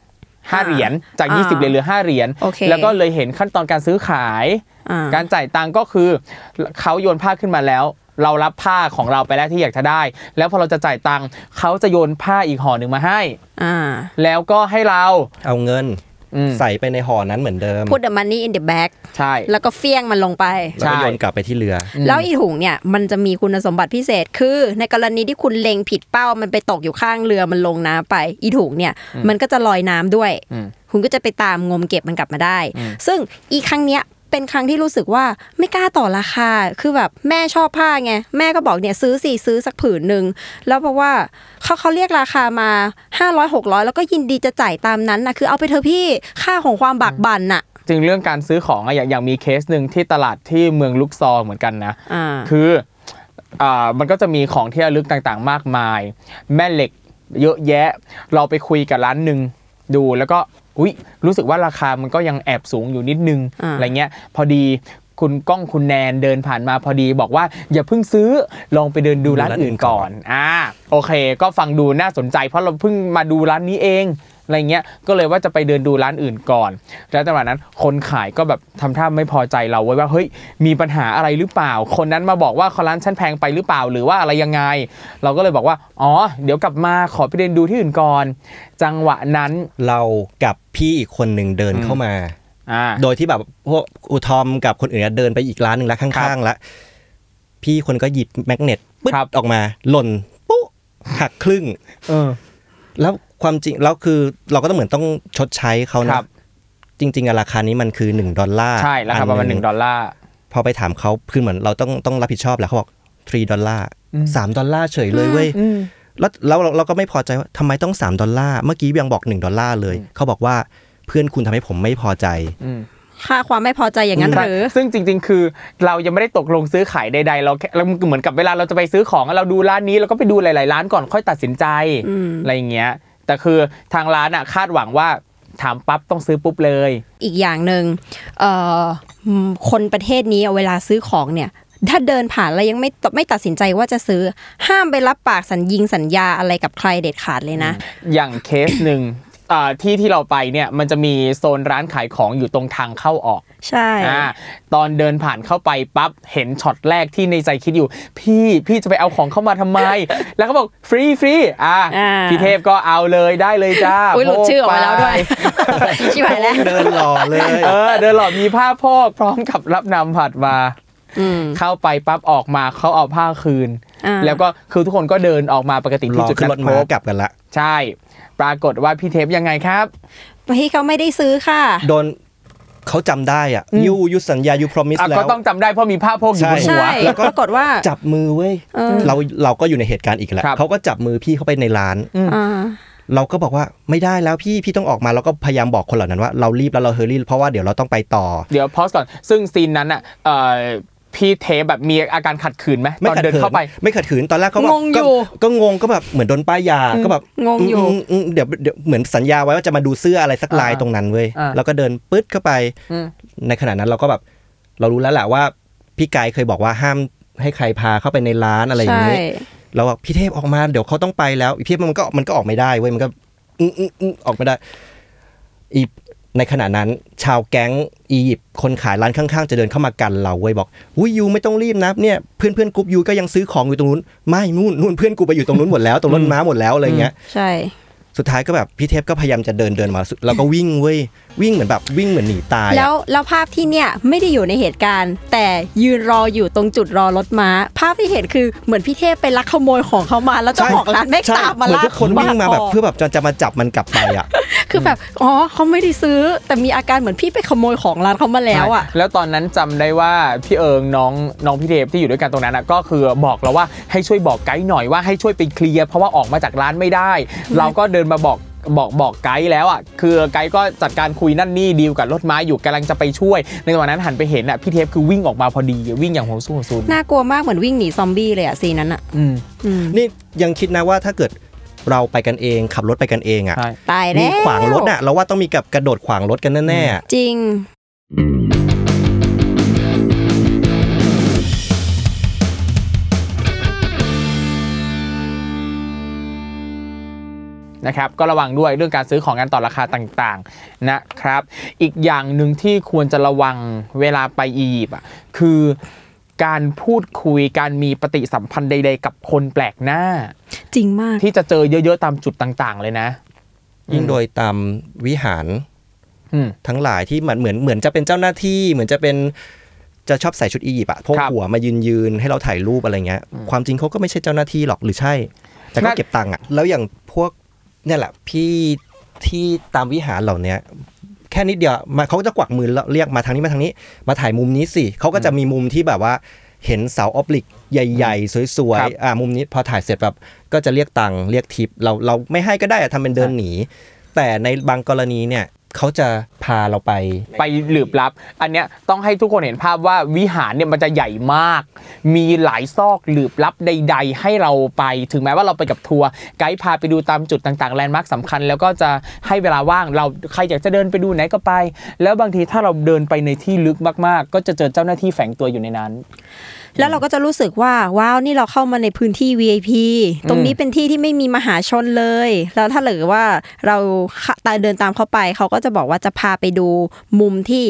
5เหรียญจาก20เหรียญเหลือ5เหรียญแล้วก็เลยเห็นขั้นตอนการซื้อขายการจ่ายตังค์ก็คือเขาโยนผ้าขึ้นมาแล้วเรารับผ้าของเราไปแล้วที่อยากจะได้แล้วพอเราจะจ่ายตังค์เขาจะโยนผ้าอีกห่อหนึ่งมาให้แล้วก็ให้เราเอาเงินใส่ไปในห่อนั้นเหมือนเดิม Put the money in the bag ใช่แล้วก็เฟี้ยงมันลงไปแล้วก็โยนกลับไปที่เรือแล้วอีถุงเนี่ยมันจะมีคุณสมบัติพิเศษคือในกรณีที่คุณเล็งผิดเป้ามันไปตกอยู่ข้างเรือมันลงน้ำไปอีถุงเนี่ยมันก็จะลอยน้ำด้วยคุณก็จะไปตามงมเก็บมันกลับมาได้ซึ่งอีครั้งเนี้ยเป็นครั้งที่รู้สึกว่าไม่กล้าต่อราคาคือแบบแม่ชอบผ้าไงแม่ก็บอกเนี่ยซื้อสักผืนนึงแล้วเพราะว่าเขาเรียกราคามา500-600แล้วก็ยินดีจะจ่ายตามนั้นนะคือเอาไปเถอะพี่ค่าของความบากบั่นน่ะจริงเรื่องการซื้อของอย่างมีเคสนึงที่ตลาดที่เมืองลุกซอร์เหมือนกันนะคือมันก็จะมีของที่ระลึกต่างๆมากมายแม่เหล็กเยอะแยะเราไปคุยกับร้านนึงดูแล้วก็รู้สึกว่าราคามันก็ยังแอบสูงอยู่นิดนึงอะไรเงี้ยพอดีคุณก้องคุณแนนเดินผ่านมาพอดีบอกว่าอย่าเพิ่งซื้อลองไปเดินดูร้านอื่นก่อนโอเคก็ฟังดูน่าสนใจเพราะเราเพิ่งมาดูร้านนี้เองอะไรเงี้ยก็เลยว่าจะไปเดินดูร้านอื่นก่อนแล้วจังหวะนั้นคนขายก็แบบทำท่าไม่พอใจเราไว้ว่าเฮ้ยมีปัญหาอะไรหรือเปล่าคนนั้นมาบอกว่าร้านชั้นแพงไปหรือเปล่าหรือว่าอะไรยังไงเราก็เลยบอกว่าอ๋อเดี๋ยวกลับมาขอไปเดินดูที่อื่นก่อนจังหวะนั้นเรากับพี่อีกคนหนึ่งเดินเข้ามาโดยที่แบบพวกอุทอมกับคนอื่นเดินไปอีกร้านนึงแล้วข้างๆแล้วพี่คนก็หยิบแมกเนตปึ๊ดออกมาหล่นปุ๊หักครึ่งแล้วความจริงแล้วคือเราก็ต้องเหมือนต้องชดใช้เขานะจริงๆราคานี้มันคือ$1ใช่ราคาประมาณ$1 พอไปถามเขาคือเหมือนเราต้องรับผิดชอบแล้วเขาบอก$3 $3เฉยเลยเว้ยแล้วเราก็ไม่พอใจว่าทำไมต้อง$3เมื่อกี้ยังบอก$1เลยเขาบอกว่าเพื่อนคุณทำให้ผมไม่พอใจค่าความไม่พอใจอย่างนั้นหรือซึ่งจริงๆคือเรายังไม่ได้ตกลงซื้อขายใดๆเราเหมือนกับเวลาเราจะไปซื้อของเราดูร้านนี้เราก็ไปดูหลายๆร้านก่อนค่อยตัดสินใจอะไรอย่างเงี้ยแต่คือทางร้านคาดหวังว่าถามปั๊บต้องซื้อปุ๊บเลยอีกอย่างนึงคนประเทศนี้เวลาซื้อของเนี่ยถ้าเดินผ่านแล้วยังไม่ตัดสินใจว่าจะซื้อห้ามไปรับปากสัญญาอะไรกับใครเด็ดขาดเลยนะอย่างเคสนึงที่เราไปเนี่ยมันจะมีโซนร้านขายของอยู่ตรงทางเข้าออกใช่ตอนเดินผ่านเข้าไปปั๊บเห็นช็อตแรกที่ในใจคิดอยู่พี่จะไปเอาของเข้ามาทำไมแล้วเขาบอกฟรีพี่เทพก็เอาเลยได้เลยจ้าหลุดชื่อออกมาแล้วด้วยชิบหายแล้วเดินหล่อเลยเดินหล่อมีผ้าพอกพร้อมกับรับนำผัดมาเข้าไปปั๊บออกมาเขาเอาผ้าคืนแล้วก็คือทุกคนก็เดินออกมาปกติที่จุดนัดพบกลับกันละใช่ปรากฏว่าพี่เทปยังไงครับพี่เขาไม่ได้ซื้อค่ะโดนเขาจำได้อ่ะยูสัญญายูพรอมิสแล้วก็ต้องจำได้เพราะมีผ้าโพกอยู่บนหัวแล้วก็ปรากฏว่าจับมือเว้ยเราก็อยู่ในเหตุการณ์อีกแล้วเขาก็จับมือพี่เข้าไปในร้านเราก็บอกว่าไม่ได้แล้วพี่ต้องออกมาแล้วก็พยายามบอกคนเหล่านั้นว่าเรารีบแล้วเราเฮอร์รี่เพราะว่าเดี๋ยวเราต้องไปต่อเดี๋ยวพอสก่อนซึ่งซีนนั้นอ่ะพี่เทปแบบมีอาการขัดขืนไหมตอนเดินเข้าไปไม่ขัดขืนตอนแรกเขาบอกก็งงก็แบบเหมือนโดนป้ายยาก็แบบงงอยู่เดี๋ยวเหมือนสัญญาไว้ว่าจะมาดูเสื้ออะไรสักลายตรงนั้นเว้ยแล้วก็เดินปึ๊ดเข้าไปในขณะนั้นเราก็แบบเรารู้แล้วแหละว่าพี่ไกด์เคยบอกว่าห้ามให้ใครพาเข้าไปในร้านอะไรอย่างนี้เราบอกพี่เทพออกมาเดี๋ยวเขาต้องไปแล้วพี่เทพมันก็ออกไม่ได้เว้ยมันก็ออกไม่ได้อีในขณะนั้นชาวแก๊งอียิปต์คนขายร้านข้างๆจะเดินเข้ามากันเราเว้ยบอกอุ้ยยูไม่ต้องรีบนะเนี่ยเพื่อนกรุ๊ปยูก็ยังซื้อของอยู่ตรงนู้นไม่นู่นเพื่อนกูไปอยู่ตรงนู้นหมดแล้วตรงรถม้าหมดแล้วอะไรเงี้ยใช่สุดท้ายก็แบบพี่เทพก็พยายามจะเดินมาแล้วก็วิ่งเว้ยวิ่งเหมือนหนีตายแล้วภาพที่เนี่ยไม่ได้อยู่ในเหตุการณ์แต่ยืนรออยู่ตรงจุดรอรถม้าภาพที่เห็นคือเหมือนพี่เทพไปลักขโมยของเขามาแล้วเจ้าของร้านไม่ตามมาลากคนวิ่งมาแบบเพื่อแบบจะมาจับมันกลับไปอ่ะคือแบบอ๋อเขาไม่ได้ซื้อแต่มีอาการเหมือนพี่ไปขโมยของร้านเขามาแล้วอ่ะแล้วตอนนั้นจำได้ว่าพี่เอิงน้องพี่เทพที่อยู่ด้วยกันตรงนั้นก็คือบอกเราว่าให้ช่วยบอกไกด์หน่อยว่าให้ช่วยไปเคลียร์เพราะว่าออกมาจากร้านไม่ได้เราก็เดินมาบอกไกด์แล้วคือไกด์ก็จัดการคุยนั่นนี่ดีลกับรถม้าอยู่กำลังจะไปช่วยในวันนั้นหันไปเห็นพี่เทพคือวิ่งออกมาพอดีวิ่งอย่างโหดสู้โหดซูนน่ากลัวมากเหมือนวิ่งหนีซอมบี้เลยซีนนั้นนี่ยังคิดนะว่าถ้าเกิดเราไปกันเองขับรถไปกันเองตายแล้วมีขวางรถเราว่าต้องมีกับกระโดดขวางรถกันแน่ๆจริงนะครับก็ระวังด้วยเรื่องการซื้อของกันต่อราคาต่างๆนะครับอีกอย่างหนึ่งที่ควรจะระวังเวลาไปอียิปต์คือการพูดคุยการมีปฏิสัมพันธ์ใดๆกับคนแปลกหน้าจริงมากที่จะเจอเยอะๆตามจุดต่างๆเลยนะยิ่งโดยตามวิหารทั้งหลายที่เหมือนจะเป็นเจ้าหน้าที่เหมือนจะเป็นจะชอบใส่ชุดอียิปต์พกหัวมายืนให้เราถ่ายรูปอะไรเงี้ยความจริงเขาก็ไม่ใช่เจ้าหน้าที่หรอกหรือใช่แต่ก็เก็บตังค์แล้วอย่างพวกเนี่ยแหละพี่ที่ตามวิหารเหล่านี้แค่นิดเดียวมาเขาจะกวักมือเรียกมาทางนี้มาถ่ายมุมนี้สิเขาก็จะมีมุมที่แบบว่าเห็นเสาออบลิกใหญ่ๆสวยๆมุมนี้พอถ่ายเสร็จแบบก็จะเรียกตังค์เรียกทิปเราไม่ให้ก็ได้ทำเป็นเดินหนีแต่ในบางกรณีเนี่ยเขาจะพาเราไปหลืบลับอันเนี้ยต้องให้ทุกคนเห็นภาพว่าวิหารเนี่ยมันจะใหญ่มากมีหลายซอกหลืบลับใดๆให้เราไปถึงแม้ว่าเราไปกับทัวร์ไกด์พาไปดูตามจุดต่างๆแลนด์มาร์คสำคัญแล้วก็จะให้เวลาว่างเราใครอยากจะเดินไปดูไหนก็ไปแล้วบางทีถ้าเราเดินไปในที่ลึกมากๆก็จะเจอเจ้าหน้าที่แฝงตัวอยู่ในนั้นแล้วเราก็จะรู้สึกว่าว้าวนี่เราเข้ามาในพื้นที่ VIP ตรงนี้เป็นที่ที่ไม่มีมหาชนเลยแล้วถ้าหรือว่าเราเดินตามเข้าไปเขาก็จะบอกว่าจะพาไปดูมุมที่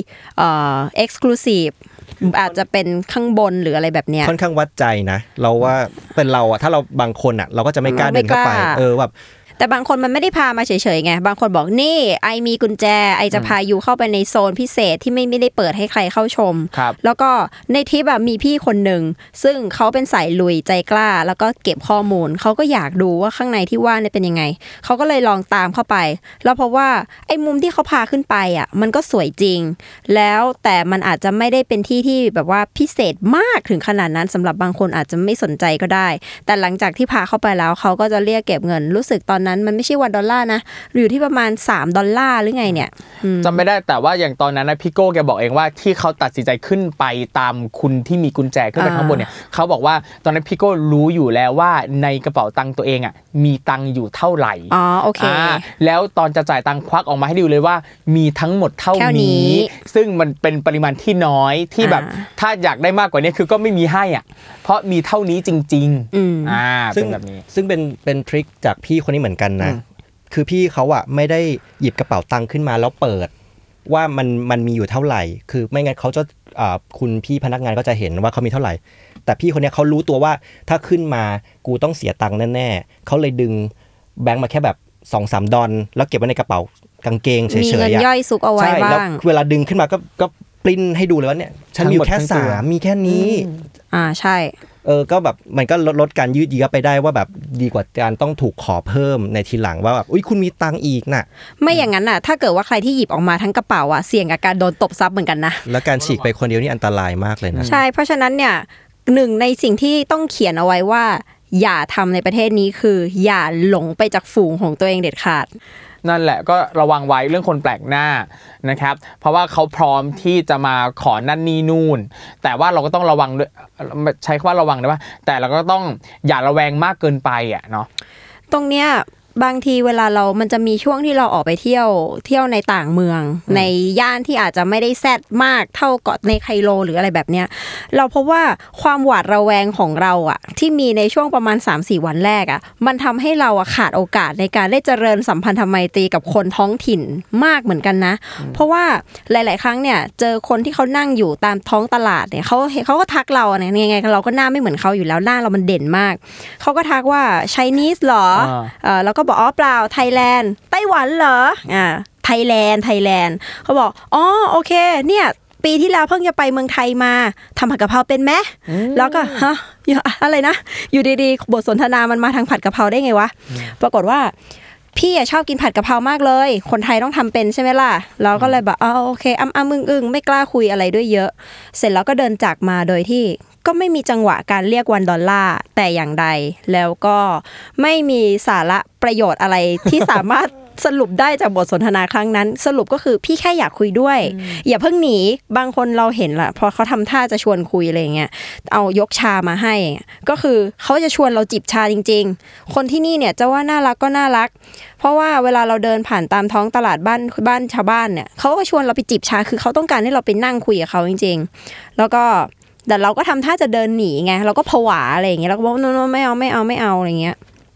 exclusive อาจจะเป็นข้างบนหรืออะไรแบบเนี้ยค่อนข้างวัดใจนะเราว่าเป็นเราถ้าเราบางคนเราก็จะไม่กล้าเดินเข้าไปแบบแต่บางคนมันไม่ได้พามาเฉยๆไงบางคนบอกนี่ไอมีกุญแจไอจะพายูเข้าไปในโซนพิเศษที่ไม่ได้เปิดให้ใครเข้าชมแล้วก็ในทริปมีพี่คนหนึ่งซึ่งเขาเป็นสายลุยใจกล้าแล้วก็เก็บข้อมูลเขาก็อยากดูว่าข้างในที่ว่าเนี่ยเป็นยังไงเขาก็เลยลองตามเข้าไปแล้วเพราะว่าไอมุมที่เขาพาขึ้นไปมันก็สวยจริงแล้วแต่มันอาจจะไม่ได้เป็นที่ที่แบบว่าพิเศษมากถึงขนาดนั้นสำหรับบางคนอาจจะไม่สนใจก็ได้แต่หลังจากที่พาเข้าไปแล้วเขาก็จะเรียกเก็บเงินรู้สึกตอนนั้นมันไม่ใช่$1นะอยู่ที่ประมาณ$3หรือไงเนี่ยจำไม่ได้แต่ว่าอย่างตอนนั้นนะพี่โก้แกบอกเองว่าที่เขาตัดสินใจขึ้นไปตามคุณที่มีกุญแจขึ้นไปข้างบนเนี่ยเขาบอกว่าตอนนั้นพี่โก้รู้อยู่แล้วว่าในกระเป๋าตังค์ตัวเองมีตังค์อยู่เท่าไหร่โอเคแล้วตอนจะจ่ายตังค์ควักออกมาให้ดูเลยว่ามีทั้งหมดเท่านี้ซึ่งมันเป็นปริมาณที่น้อยที่แบบถ้าอยากได้มากกว่านี้คือก็ไม่มีให้เพราะมีเท่านี้จริงๆเป็นแบบนี้ซึ่งเป็นทริคจากพี่คนนี้เหมือนกันนะคือพี่เขาไม่ได้หยิบกระเป๋าตังค์ขึ้นมาแล้วเปิดว่ามันมีอยู่เท่าไหร่คือไม่งั้นเขาจะคุณพี่พนักงานก็จะเห็นว่าเขามีเท่าไหร่แต่พี่คนนี้เขารู้ตัวว่าถ้าขึ้นมากูต้องเสียตังค์แน่ๆเขาเลยดึงแบงค์มาแค่แบบ 2-3 ดอลแล้วเก็บไว้ในกระเป๋ากางเกงเฉยๆมีเงินย่อยซุกเอาไว้บ้างแล้วเวลาดึงขึ้นมาก็ปริ้นให้ดูเลยว่าเนี่ยฉันมีแค่3มีแค่นี้ใช่ก็แบบมันก็ลดการยืดเยื้อไปได้ว่าแบบดีกว่าการต้องถูกขอเพิ่มในทีหลังว่าแบบอุ๊ยคุณมีตังค์อีกน่ะไม่อย่างนั้นถ้าเกิดว่าใครที่หยิบออกมาทั้งกระเป๋าเสี่ยงกับการโดนตบทรัพย์เหมือนกันนะแล้วการฉีกไปคนเดียวนี่อันตรายมากเลยนะใช่เพราะฉะนั้นเนี่ยหนึ่งในสิ่งที่ต้องเขียนเอาไว้ว่าอย่าทำในประเทศนี้คืออย่าหลงไปจากฝูงของตัวเองเด็ดขาดนั่นแหละก็ระวังไว้เรื่องคนแปลกหน้านะครับเพราะว่าเขาพร้อมที่จะมาขอนั่นนี่นู่นแต่ว่าเราก็ต้องระวังด้วยใช้คำว่าระวังนะว่าแต่เราก็ต้องอย่าระแวงมากเกินไปเนาะตรงเนี้ยบางทีเวลามันจะมีช่วงที่เราออกไปเที่ยวในต่างเมืองในย่านที่อาจจะไม่ได้แซดมากเท่าเกาะในไคโรหรืออะไรแบบเนี้ยเราพบว่าความหวาดระแวงของเราที่มีในช่วงประมาณ 3-4 วันแรกมันทำให้เราขาดโอกาสในการได้เจริญสัมพันธไมตรีกับคนท้องถิ่นมากเหมือนกันนะเพราะว่าหลายๆครั้งเนี่ยเจอคนที่เขานั่งอยู่ตามท้องตลาดเนี่ยเขาก็ทักเราเนี่ยยังไงเราก็หน้าไม่เหมือนเขาอยู่แล้วหน้าเรามันเด่นมากเขาก็ทักว่า Chinese หรอแล้วก็บอกเปล่าไทยแลนด์ไต้หวันเหรอไทยแลนด์เขาบอกโอเคเนี่ยปีที่แล้วเพิ่งจะไปเมืองไทยมาทำผัดกะเพราเป็นไหมแล้วก็ฮะอะไรนะอยู่ดีๆบทสนทนามันมาทางผัดกะเพราได้ไงวะปรากฏว่าพี่ชอบกินผัดกะเพรามากเลยคนไทยต้องทำเป็นใช่ไหมล่ะเราก็เลยแบบโอเคอึ้งไม่กล้าคุยอะไรด้วยเยอะเสร็จแล้วก็เดินจากมาโดยที่ก็ไม่มีจังหวะการเรียก$1แต่อย่างใดแล้วก็ไม่มีสาระประโยชน์อะไรที่สามารถสรุปได้จากบทสนทนาครั้งนั้นสรุปก็คือพี่แค่อยากคุยด้วยอย่าเพิ่งหนีบางคนเราเห็นละพอเขาทำท่าจะชวนคุยอะไรเงี้ยเอายกชามาให้ก็คือเขาจะชวนเราจิบชาจริงๆคนที่นี่เนี่ยจะว่าน่ารักก็น่ารักเพราะว่าเวลาเราเดินผ่านตามท้องตลาดบ้านชาวบ้านเนี่ยเขาก็ชวนเราไปจิบชาคือเขาต้องการให้เราไปนั่งคุยกับเขาจริงๆแล้วก็แต่เราก็ทำท่าจะเดินหนีไงเราก็ผวาอะไรอย่างเงี้ยเราก็บอกโน้ไม่เอาอะไรเงี้ย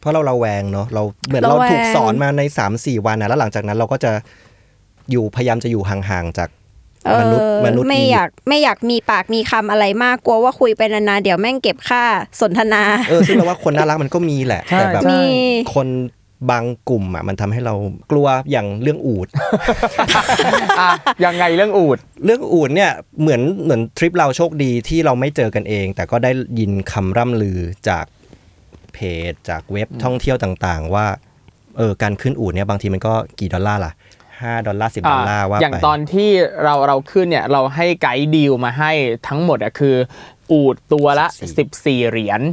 เพราะเราระแวงเนาะเราเหมือนเราถูกสอนมาใน 3-4 วันนะแล้วหลังจากนั้นเราก็จะพยายามจะอยู่ห่างๆจากมนุษย์ไม่อยากมีปากมีคำอะไรมากกลัวว่าคุยไปนานๆเดี๋ยวแม่งเก็บค่าสนทนาซึ่งเราว่าคนน่ารักมันก็มีแหละแต่แบบคนบางกลุ่มมันทำให้เรากลัวอย่างเรื่องอูฐยังไงเรื่องอูฐเนี่ยเหมือนทริปเราโชคดีที่เราไม่เจอกันเองแต่ก็ได้ยินคำร่ำลือจากเพจจากเว็บท่องเที่ยวต่างๆว่าการขึ้นอูฐเนี่ยบางทีมันก็กี่ดอลลาร์ล่ะ$5 $10ว่าไปอย่างตอนที่เราขึ้นเนี่ยเราให้ไกด์ดีลมาให้ทั้งหมดคืออูฐตัวละ14เหรียญ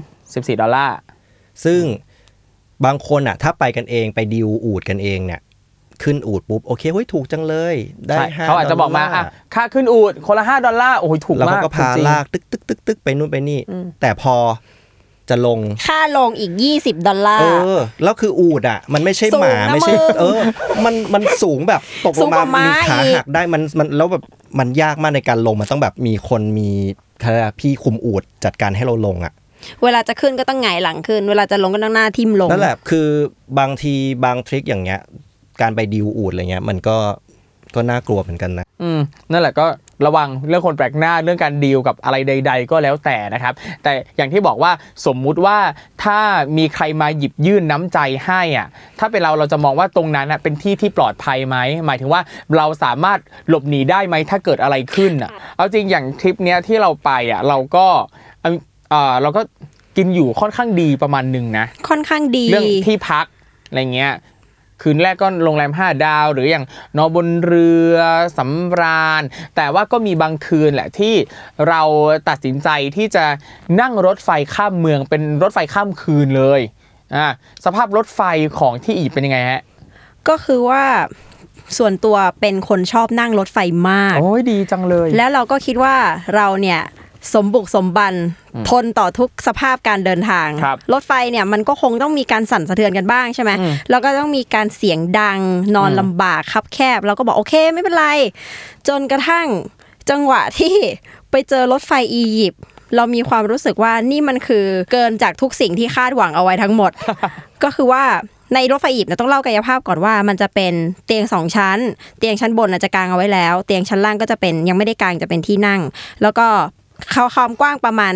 $14 ซึ่งบางคนถ้าไปกันเองไปดีลอูฐกันเองเนี่ยขึ้นอูฐปุ๊บโอเคเฮ้ยถูกจังเลยได้$5 เขาอาจจะบอกมาค่าขึ้นอูฐคนละ$5โอ้ยถูกมากแล้วก็พาลากตึกไปนู่นไปนี่แต่พอจะลงค่าลงอีก$20 แล้วคืออูฐมันไม่ใช่หมาไม่ใช่มันสูงแบบตกลงมามีขาหักได้มันแล้วแบบมันยากมากในการลงมันต้องแบบมีคนมีพี่คุมอูฐจัดการให้เราลงเวลาจะขึ้นก็ต้องหงายหลังขึ้นเวลาจะลงก็ต้องหน้าทิ่มลงนั่นแหละคือบางทีบางทริคอย่างเงี้ยการไปดีลอูฐอะไรเงี้ยมันก็น่ากลัวเหมือนกันนะนั่นแหละก็ระวังเรื่องคนแปลกหน้าเรื่องการดีลกับอะไรใดๆก็แล้วแต่นะครับแต่อย่างที่บอกว่าสมมุติว่าถ้ามีใครมาหยิบยื่นน้ำใจให้ถ้าเป็นเราจะมองว่าตรงนั้นเป็นที่ที่ปลอดภัยไหมหมายถึงว่าเราสามารถหลบหนีได้ไหมถ้าเกิดอะไรขึ้นเอาจริงอย่างทริปเนี้ยที่เราไปเราก็กินอยู่ค่อนข้างดีประมาณนึงนะค่อนข้างดีเรื่องที่พักอะไรเงี้ยคืนแรกก็โรงแรม5 ดาวหรืออย่างนอนบนเรือสำราญแต่ว่าก็มีบางคืนแหละที่เราตัดสินใจที่จะนั่งรถไฟข้ามเมืองเป็นรถไฟข้ามคืนเลยสภาพรถไฟของที่อียิปต์เป็นยังไงฮะก็คือว่าส่วนตัวเป็นคนชอบนั่งรถไฟมากโอ้ยดีจังเลยแล้วเราก็คิดว่าเราเนี่ยสมบุกสมบันทนต่อทุกสภาพการเดินทางรถไฟเนี่ยมันก็คงต้องมีการสั่นสะเทือนกันบ้างใช่ไหมแล้วก็ต้องมีการเสียงดังนอนลำบากคับแคบเราก็บอกโอเคไม่เป็นไรจนกระทั่งจังหวะที่ไปเจอรถไฟอียิปต์เรามีความรู้สึกว่านี่มันคือเกินจากทุกสิ่งที่คาดหวังเอาไว้ทั้งหมด ก็คือว่าในรถไฟอียิปต์ต้องเล่ากายภาพก่อนว่ามันจะเป็นเตียง2ชั้นเตียงชั้นบนจะกางเอาไว้แล้วเตียงชั้นล่างก็จะเป็นยังไม่ได้กางจะเป็นที่นั่งแล้วก็ความกว้างประมาณ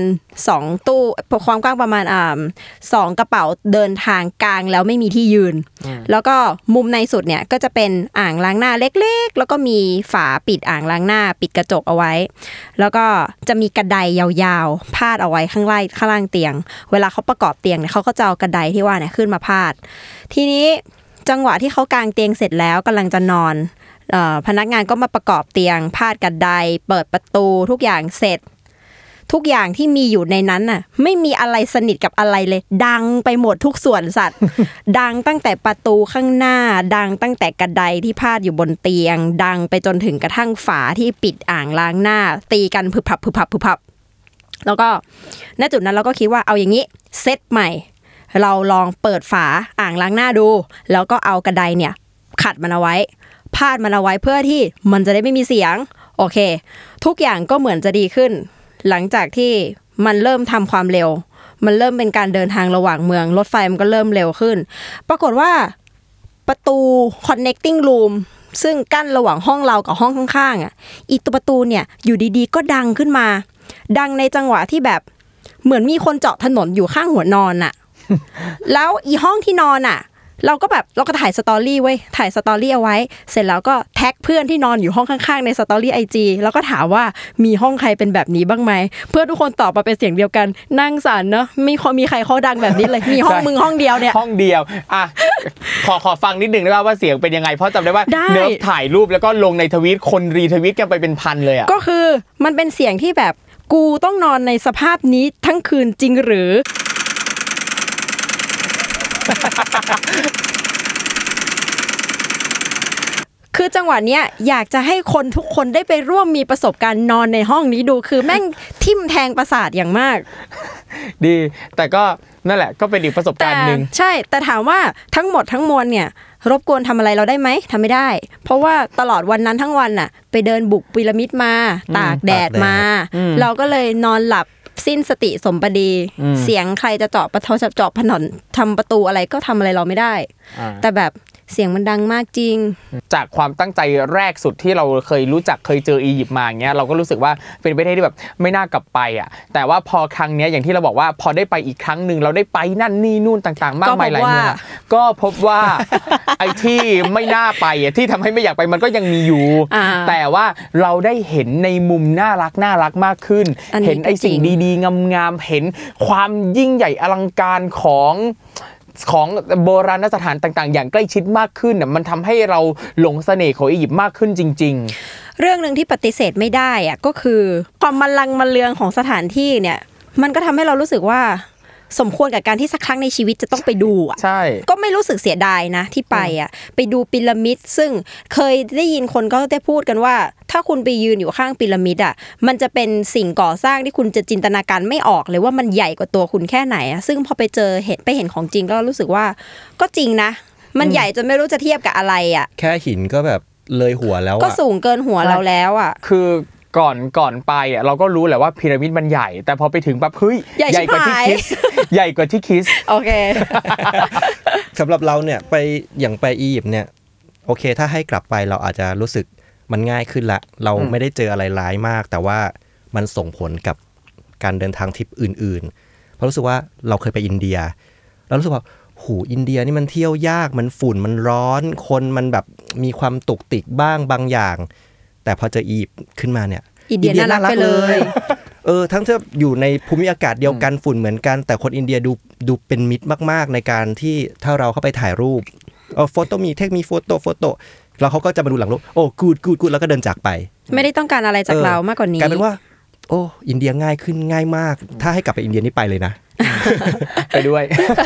2ตู้ความกว้างประมาณ2กระเป๋าเดินทางกลางแล้วไม่มีที่ยืนแล้วก็มุมในสุดเนี่ยก็จะเป็นอ่างล้างหน้าเล็กๆแล้วก็มีฝาปิดอ่างล้างหน้าปิดกระจกเอาไว้แล้วก็จะมีกระไดยาวๆพาดเอาไว้ข้างล่างเตียงเวลาเขาประกอบเตียงเนี่ยเขาก็จะเอากระไดที่ว่าเนี่ยขึ้นมาพาดทีนี้จังหวะที่เขากางเตียงเสร็จแล้วกำลังจะนอนพนักงานก็มาประกอบเตียงพาดกระไดเปิดประตูทุกอย่างเสร็จทุกอย่างที่มีอยู่ในนั้นน่ะไม่มีอะไรสนิทกับอะไรเลยดังไปหมดทุกส่วนสัตว์ ดังตั้งแต่ประตูข้างหน้าดังตั้งแต่กระไดที่พาดอยู่บนเตียงดังไปจนถึงกระทั่งฝาที่ปิดอ่างล้างหน้าตีกันผึบพับผึบพับผึบพับแล้วก็ณจุดนั้นเราก็คิดว่าเอาอย่างนี้เซตใหม่เราลองเปิดฝาอ่างล้างหน้าดูแล้วก็เอากระไดเนี่ยขัดมันเอาไว้พาดมันเอาไว้เพื่อที่มันจะได้ไม่มีเสียงโอเคทุกอย่างก็เหมือนจะดีขึ้นหลังจากที่มันเริ่มทำความเร็วมันเริ่มเป็นการเดินทางระหว่างเมืองรถไฟมันก็เริ่มเร็วขึ้นปรากฏว่าประตู connecting room ซึ่งกั้นระหว่างห้องเรากับห้องข้างๆอีตัวประตูเนี่ยอยู่ดีๆก็ดังขึ้นมาดังในจังหวะที่แบบเหมือนมีคนเจาะถนนอยู่ข้างหัวนอนแล้วอีห้องที่นอนเราก็ถ่ายสตอรี่ไว้ถ่ายสตอรี่เอาไว้เสร็จแล้วก็แท็กเพื่อนที่นอนอยู่ห้องข้างๆในสตอรี่ IG แล้วก็ถามว่ามีห้องใครเป็นแบบนี้บ้างไหมเพื่อนทุกคนตอบมาเป็นเสียงเดียวกันนั่งสั่นเนาะมีใครเขาดังแบบนี้เลยมีห้องมึงห้องเดียวเนี่ยห้องเดียวขอฟังนิดนึงได้ป่ะว่าเสียงเป็นยังไงเพราะจำได้ว่าเนิร์ฟถ่ายรูปแล้วก็ลงในทวีตคนรีทวีตกันไปเป็นพันเลยก็คือมันเป็นเสียงที่แบบกูต้องนอนในสภาพนี้ทั้งคืนจริงหรือคือจังหวะเนี้ยอยากจะให้คนทุกคนได้ไปร่วมมีประสบการณ์นอนในห้องนี้ดูคือแม่งทิ่มแทงประสาทอย่างมากดีแต่ก็นั่นแหละก็เป็นอีกประสบการณ์นึงใช่แต่ถามว่าทั้งหมดทั้งมวลเนี่ยรบกวนทำอะไรเราได้ไหมทำไม่ได้เพราะว่าตลอดวันนั้นทั้งวันไปเดินบุกพีระมิดมาตากแดดมาเราก็เลยนอนหลับสิ้นสติสมปดีเสียงใครจะเจาะผนังทำประตูอะไรก็ทำอะไรเราไม่ได้แต่แบบเสียงมันดังมากจริงจากความตั้งใจแรกสุดที่เราเคยรู้จักเคยเจออียิปต์มาอย่างเงี้ยเราก็รู้สึกว่าเป็นประเทศที่แบบไม่น่ากลับไปอ่ะแต่ว่าพอครั้งเนี้ยอย่างที่เราบอกว่าพอได้ไปอีกครั้งนึงเราได้ไปนั่นนี่นู่นต่างๆมากมายหลายเมืองก็พบว่าไอ้ที่ไม่น่าไปอ่ะที่ทำให้ไม่อยากไปมันก็ยังมีอยู่แต่ว่าเราได้เห็นในมุมน่ารักมากขึ้นเห็นไอ้สิ่งดีๆงามๆเห็นความยิ่งใหญ่อลังการของโบราณสถานต่างๆอย่างใกล้ชิดมากขึ้นน่ะมันทำให้เราหลงเสน่ห์ของอียิปต์มากขึ้นจริงๆเรื่องนึงที่ปฏิเสธไม่ได้อ่ะก็คือความมะเรืองของสถานที่เนี่ยมันก็ทำให้เรารู้สึกว่าสมควรกับการที่สักครั้งในชีวิตจะต้องไปดูอ่ะใช่ก็ไม่รู้สึกเสียดายนะที่ไปอ่ะไปดูพีระมิดซึ่งเคยได้ยินคนก็ได้พูดกันว่าถ้าคุณไปยืนอยู่ข้างพีระมิดอ่ะมันจะเป็นสิ่งก่อสร้างที่คุณจะจินตนาการไม่ออกเลยว่ามันใหญ่กว่าตัวคุณแค่ไหนอ่ะซึ่งพอไปเห็นของจริงก็รู้สึกว่าก็จริงนะมันใหญ่จนไม่รู้จะเทียบกับอะไรอ่ะแค่หินก็แบบเลยหัวแล้วก็สูงเกินหัวเราแล้วอ่ะคือก่อนไปอ่ะเราก็รู้แหละว่าพีระมิดมันใหญ่แต่พอไปถึงปั๊บเฮ้ยใหญ่กว่าที่คิดใหญ่กว่าที่คิดโอเคสำหรับเราเนี่ยไปอย่างไปอียิปต์เนี่ยโอเคถ้าให้กลับไปเราอาจจะรู้สึกมันง่ายขึ้นละเราไม่ได้เจออะไรร้ายมากแต่ว่ามันส่งผลกับการเดินทางทริปอื่นๆเพราะรู้สึกว่าเราเคยไปอินเดียเรารู้สึกว่าหูอินเดียนี่มันเที่ยวยากมันฝุ่นมันร้อนคนมันแบบมีความตุกติกบ้างบางอย่างแต่พอเจออียิปต์ขึ้นมาเนี่ยอินเดียน่ารักไปเลยทั้งที่อยู่ในภูมิอากาศเดียวกันฝุ่นเหมือนกันแต่คนอินเดียดูเป็นมิตรมากๆในการที่ถ้าเราเข้าไปถ่ายรูปโฟโต้มีโฟโต้แล้วเขาก็จะมาดูหลังรูปโอ้กูดแล้วก็เดินจากไปไม่ได้ต้องการอะไรจากเรามากกว่านี้กลายเป็นว่าโอ้อินเดียง่ายขึ้นง่ายมากถ้าให้กลับไปอินเดียนี่ไปเลยนะไปด้วย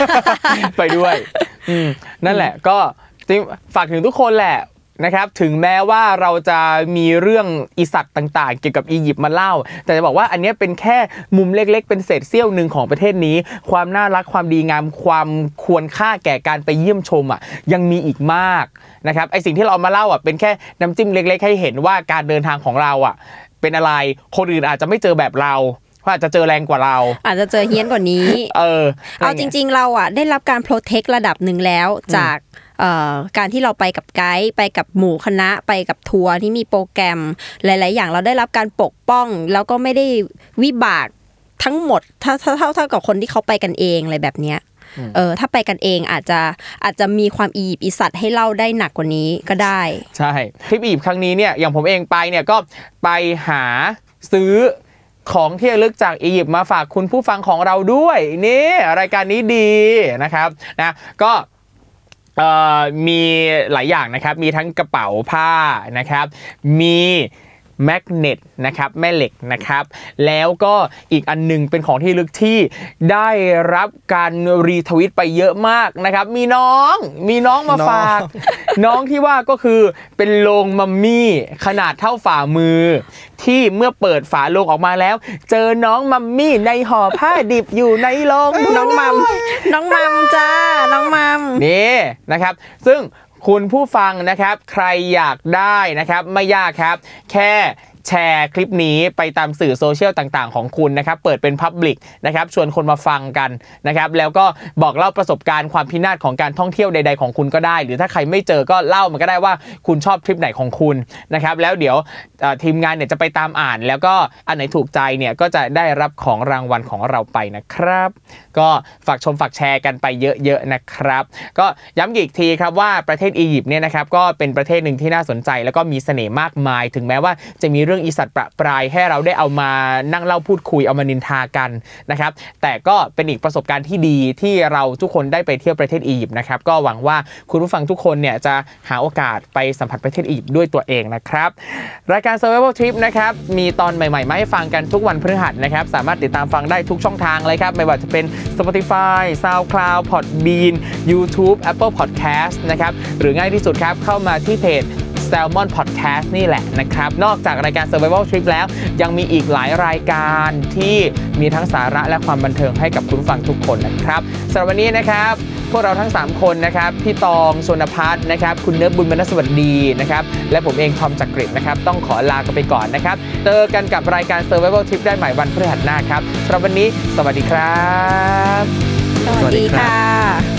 นั่นแหละก็ฝากถึงทุกคนแหละนะครับถึงแม้ว่าเราจะมีเรื่องอีสัตว์ต่างๆเกี่ยวกับอียิปต์มาเล่าแต่จะบอกว่าอันนี้เป็นแค่มุมเล็กๆเป็นเศษเสี้ยวนึงของประเทศนี้ความน่ารักความดีงามความควรค่าแก่การไปเยี่ยมชมอ่ะยังมีอีกมากนะครับไอสิ่งที่เรามาเล่าอ่ะเป็นแค่น้ำจิ้มเล็กๆให้เห็นว่าการเดินทางของเราอ่ะเป็นอะไรคนอื่นอาจจะไม่เจอแบบเราอาจจะเจอแรงกว่าเราอาจจะเจอเฮี้ยนกว่านี้เอาจริงๆเราอ่ะได้รับการโปรเทคระดับหนึ่งแล้วจากการที่เราไปกับไกด์ไปกับหมู่คณะไปกับทัวร์ที่มีโปรแกรมหลายๆอย่างเราได้รับการปกป้องแล้วก็ไม่ได้วิบากทั้งหมดถ้าเท่ากับคนที่เขาไปกันเองอะไรแบบเนี้ยถ้าไปกันเองอาจจะมีความอียิปต์อีสัตว์ให้เล่าได้หนักกว่านี้ก็ได้ใช่ทริปอียิปต์ครั้งนี้เนี่ยอย่างผมเองไปเนี่ยก็ไปหาซื้อของที่ระลึกจากอียิปต์มาฝากคุณผู้ฟังของเราด้วยนี่รายการนี้ดีนะครับนะก็มีหลายอย่างนะครับมีทั้งกระเป๋าผ้านะครับมีแมกเนตนะครับแม่เหล็กนะครับแล้วก็อีกอันนึงเป็นของที่ระลึกที่ได้รับการรีทวิตไปเยอะมากนะครับมีน้องมาฝากน้องที่ว่าก็คือเป็นโลงมัมมี่ขนาดเท่าฝ่ามือที่เมื่อเปิดฝาโลงออกมาแล้วเจอน้องมัมมี่ในห่อผ้าดิบอยู่ในโลงน้องมัมจ้าน้องมัมนี่นะครับซึ่งคุณผู้ฟังนะครับใครอยากได้นะครับไม่ยากครับแค่แชร์คลิปนี้ไปตามสื่อโซเชียลต่างๆของคุณนะครับเปิดเป็น Public นะครับชวนคนมาฟังกันนะครับแล้วก็บอกเล่าประสบการณ์ความพินาศของการท่องเที่ยวใดๆของคุณก็ได้หรือถ้าใครไม่เจอก็เล่ามันก็ได้ว่าคุณชอบทริปไหนของคุณนะครับแล้วเดี๋ยวทีมงานเนี่ยจะไปตามอ่านแล้วก็อันไหนถูกใจเนี่ยก็จะได้รับของรางวัลของเราไปนะครับก็ฝากชมฝากแชร์กันไปเยอะๆนะครับก็ย้ำอีกทีครับว่าประเทศอียิปต์เนี่ยนะครับก็เป็นประเทศหนึ่งที่น่าสนใจแล้วก็มีเสน่ห์มากมายถึงแม้ว่าจะมีเรื่องอีสัตว์ประปรายให้เราได้เอามานั่งเล่าพูดคุยเอามานินทากันนะครับแต่ก็เป็นอีกประสบการณ์ที่ดีที่เราทุกคนได้ไปเที่ยวประเทศอียิปต์นะครับก็หวังว่าคุณผู้ฟังทุกคนเนี่ยจะหาโอกาสไปสัมผัสประเทศอียิปต์ด้วยตัวเองนะครับรายการ Survival Trip นะครับมีตอนใหม่ๆมาให้ฟังกันทุกวันพฤหัสนะครับสามารถติดตามฟังได้ทุกช่องทางเลยครับไม่ว่าจะเป็น Spotify SoundCloud Podbean YouTube Apple Podcast นะครับหรือง่ายที่สุดครับเข้ามาที่เพจSalmon Podcast นี่แหละนะครับนอกจากรายการ Survival Trip แล้วยังมีอีกหลายรายการที่มีทั้งสาระและความบันเทิงให้กับคุณฟังทุกคนนะครับสำหรับวันนี้นะครับพวกเราทั้ง3คนนะครับพี่ตองชนภัทรนะครับคุณเนิร์ดบุญมนสวัสดีนะครับและผมเองทอมจักริดนะครับต้องขอลากันไปก่อนนะครับเจอกันกับรายการ Survival Trip ได้ใหม่วันพฤหัสหน้าครับสำหรับวันนี้สวัสดีครับสวัสดีค่ะ